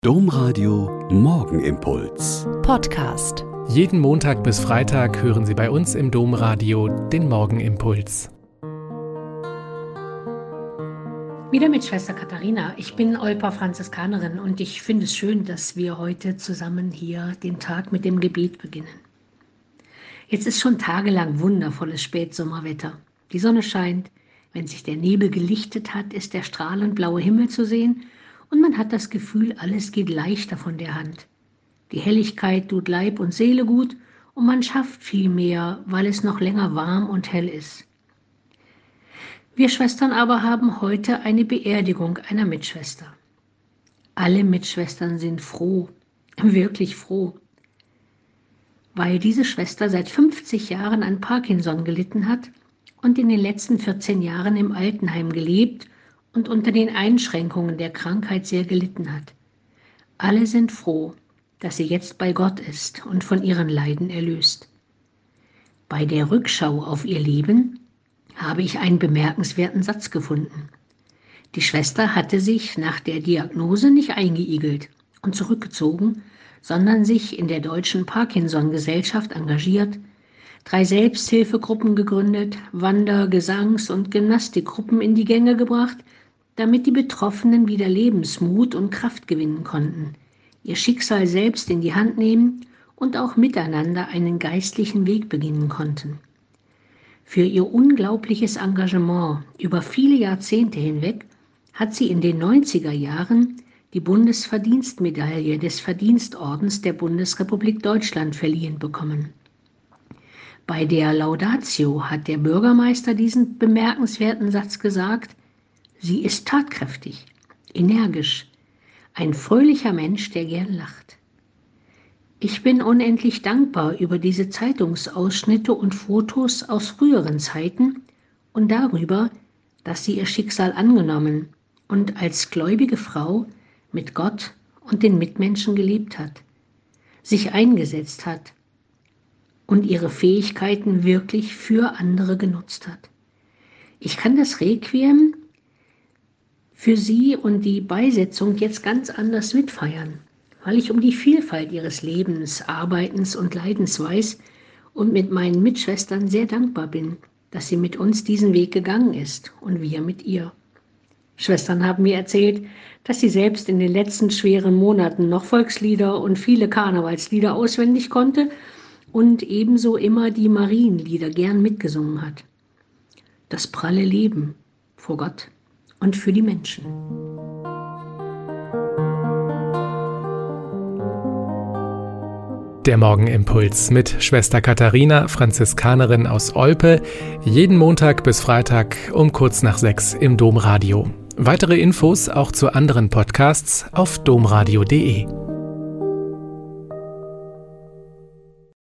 Domradio Morgenimpuls. Podcast. Jeden Montag bis Freitag hören Sie bei uns im Domradio den Morgenimpuls. Wieder mit Schwester Katharina. Ich bin Olper Franziskanerin und ich finde es schön, dass wir heute zusammen hier den Tag mit dem Gebet beginnen. Jetzt ist schon tagelang wundervolles Spätsommerwetter. Die Sonne scheint, wenn sich der Nebel gelichtet hat, ist der strahlend blaue Himmel zu sehen und man hat das Gefühl, alles geht leichter von der Hand. Die Helligkeit tut Leib und Seele gut und man schafft viel mehr, weil es noch länger warm und hell ist. Wir Schwestern aber haben heute eine Beerdigung einer Mitschwester. Alle Mitschwestern sind froh, wirklich froh, weil diese Schwester seit 50 Jahren an Parkinson gelitten hat und in den letzten 14 Jahren im Altenheim gelebt und unter den Einschränkungen der Krankheit sehr gelitten hat. Alle sind froh, dass sie jetzt bei Gott ist und von ihren Leiden erlöst. Bei der Rückschau auf ihr Leben habe ich einen bemerkenswerten Satz gefunden. Die Schwester hatte sich nach der Diagnose nicht eingeigelt und zurückgezogen, sondern sich in der Deutschen Parkinson-Gesellschaft engagiert, 3 Selbsthilfegruppen gegründet, Wander-, Gesangs- und Gymnastikgruppen in die Gänge gebracht, damit die Betroffenen wieder Lebensmut und Kraft gewinnen konnten, ihr Schicksal selbst in die Hand nehmen und auch miteinander einen geistlichen Weg beginnen konnten. Für ihr unglaubliches Engagement über viele Jahrzehnte hinweg hat sie in den 90er Jahren die Bundesverdienstmedaille des Verdienstordens der Bundesrepublik Deutschland verliehen bekommen. Bei der Laudatio hat der Bürgermeister diesen bemerkenswerten Satz gesagt: Sie ist tatkräftig, energisch, ein fröhlicher Mensch, der gern lacht. Ich bin unendlich dankbar über diese Zeitungsausschnitte und Fotos aus früheren Zeiten und darüber, dass sie ihr Schicksal angenommen und als gläubige Frau mit Gott und den Mitmenschen gelebt hat, sich eingesetzt hat und ihre Fähigkeiten wirklich für andere genutzt hat. Ich kann das Requiem für sie und die Beisetzung jetzt ganz anders mitfeiern, weil ich um die Vielfalt ihres Lebens, Arbeitens und Leidens weiß und mit meinen Mitschwestern sehr dankbar bin, dass sie mit uns diesen Weg gegangen ist und wir mit ihr. Schwestern haben mir erzählt, dass sie selbst in den letzten schweren Monaten noch Volkslieder und viele Karnevalslieder auswendig konnte und ebenso immer die Marienlieder gern mitgesungen hat. Das pralle Leben vor Gott und für die Menschen. Der Morgenimpuls mit Schwester Katharina, Franziskanerin aus Olpe, jeden Montag bis Freitag um kurz nach 6 im Domradio. Weitere Infos auch zu anderen Podcasts auf domradio.de.